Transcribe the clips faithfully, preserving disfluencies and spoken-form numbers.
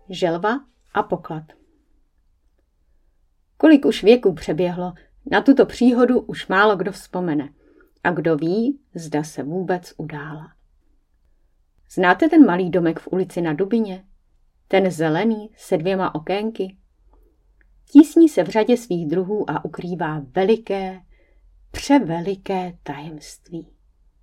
želva a poklad. Kolik už věků přeběhlo, na tuto příhodu už málo kdo vzpomene. A kdo ví, zda se vůbec udála. Znáte ten malý domek v ulici na Dubině? Ten zelený se dvěma okénky? Tísní se v řadě svých druhů a ukrývá veliké, převeliké tajemství.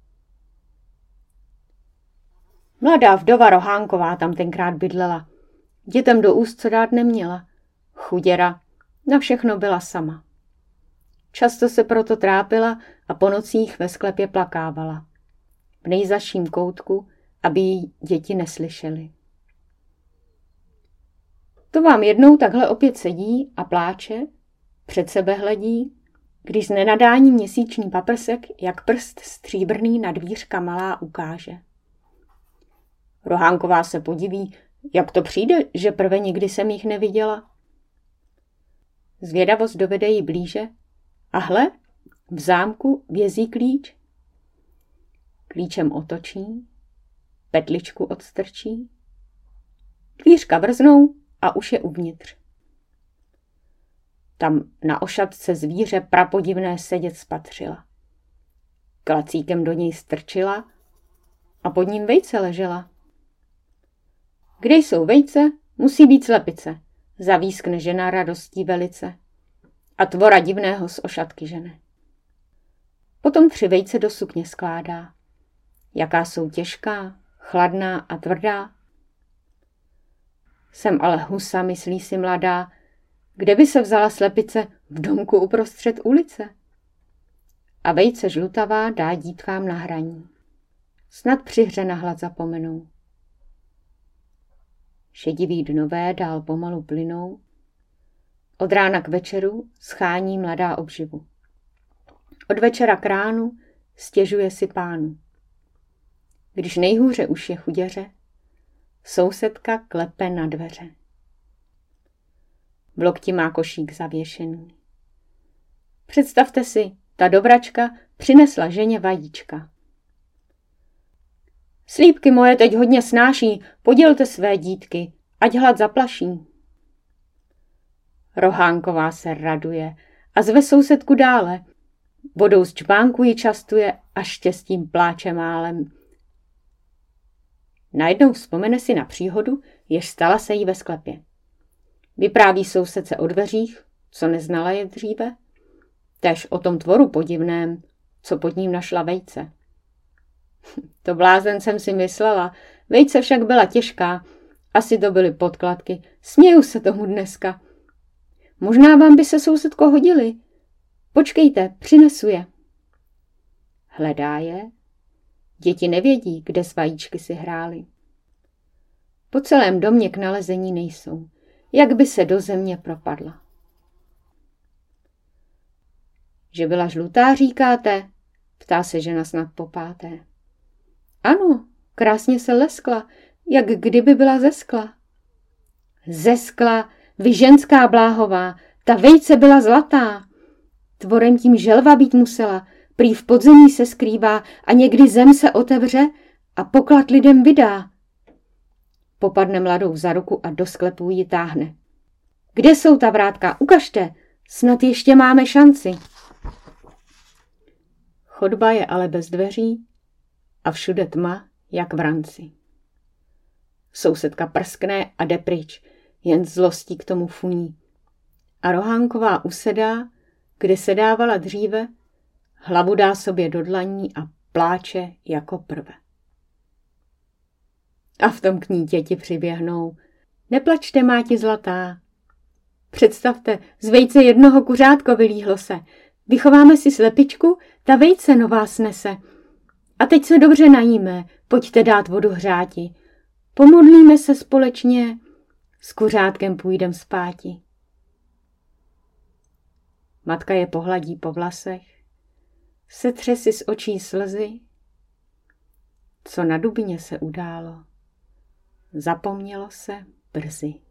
Mladá vdova Rohánková tam tenkrát bydlela. Dětem do úst co dát neměla. Chuděra, na všechno byla sama. Často se proto trápila a po nocích ve sklepě plakávala. V nejzazším koutku, aby jí děti neslyšely. To vám jednou takhle opět sedí a pláče, před sebe hledí, když z nenadání měsíční paprsek, jak prst stříbrný na dvířka malá ukáže. Rohánková se podiví, jak to přijde, že prve nikdy jsem jich neviděla. Zvědavost dovede jí blíže a hle, v zámku vězí klíč. Klíčem otočí, petličku odstrčí, dvířka vrznou a už je uvnitř. Tam na ošatce zvíře prapodivné sedět spatřila. Klacíkem do něj strčila a pod ním vejce ležela. Kde jsou vejce, musí být slepice, zavískne žena radostí velice a tvora divného z ošatky žene. Potom tři vejce do sukně skládá. Jaká jsou těžká, chladná a tvrdá. Jsem ale husa, myslí si mladá, kde by se vzala slepice v domku uprostřed ulice? A vejce žlutavá dá dítkám na hraní. Snad při hře na hlad zapomenou. Šediví dnové dál pomalu plynou. Od rána k večeru schání mladá obživu. Od večera k ránu stěžuje si pánu. Když nejhůře už je chuděře, sousedka klepe na dveře. V lokti má košík zavěšený. Představte si, ta dobračka přinesla ženě vajíčka. Slípky moje teď hodně snáší, podělte své dítky, ať hlad zaplaší. Rohánková se raduje a zve sousedku dále. Vodou z čbánku ji častuje a štěstím pláče málem. Najednou vzpomene si na příhodu, jež stala se jí ve sklepě. Vypráví sousedce o dveřích, co neznala je dříve, též o tom tvoru podivném, co pod ním našla vejce. To blázen jsem si myslela, vejce však byla těžká, asi to byly podkladky, směju se tomu dneska. Možná vám by se, sousedko, hodili. Počkejte, přinesu je. Hledá je. Děti nevědí, kde s vajíčky si hrály. Po celém domě k nalezení nejsou, jak by se do země propadla. Že byla žlutá, říkáte? Ptá se žena snad po páté. Ano, krásně se leskla, jak kdyby byla ze skla. Ze skla, vy ženská bláhová, ta vejce byla zlatá. Tvorem tím želva být musela, prý v podzemí se skrývá a někdy zem se otevře a poklad lidem vydá. Popadne mladou za ruku a do sklepu ji táhne. Kde jsou ta vrátka? Ukažte, snad ještě máme šanci. Chodba je ale bez dveří a všude tma, jak v ranci. Sousedka prskne a jde pryč, jen zlostí k tomu funí. A Rohánková usedá, kde sedávala dříve, hlavu dá sobě do dlaní a pláče jako prve. A v tom k ní děti přiběhnou. Neplačte, máti zlatá. Představte, z vejce jednoho kuřátko vylíhlo se. Vychováme si slepičku, ta vejce nová snese. A teď se dobře najíme, pojďte dát vodu hřáti. Pomodlíme se společně, s kuřátkem půjdem spáti. Matka je pohladí po vlasech, setře si z očí slzy. Co na Dubině se událo, zapomnělo se brzy.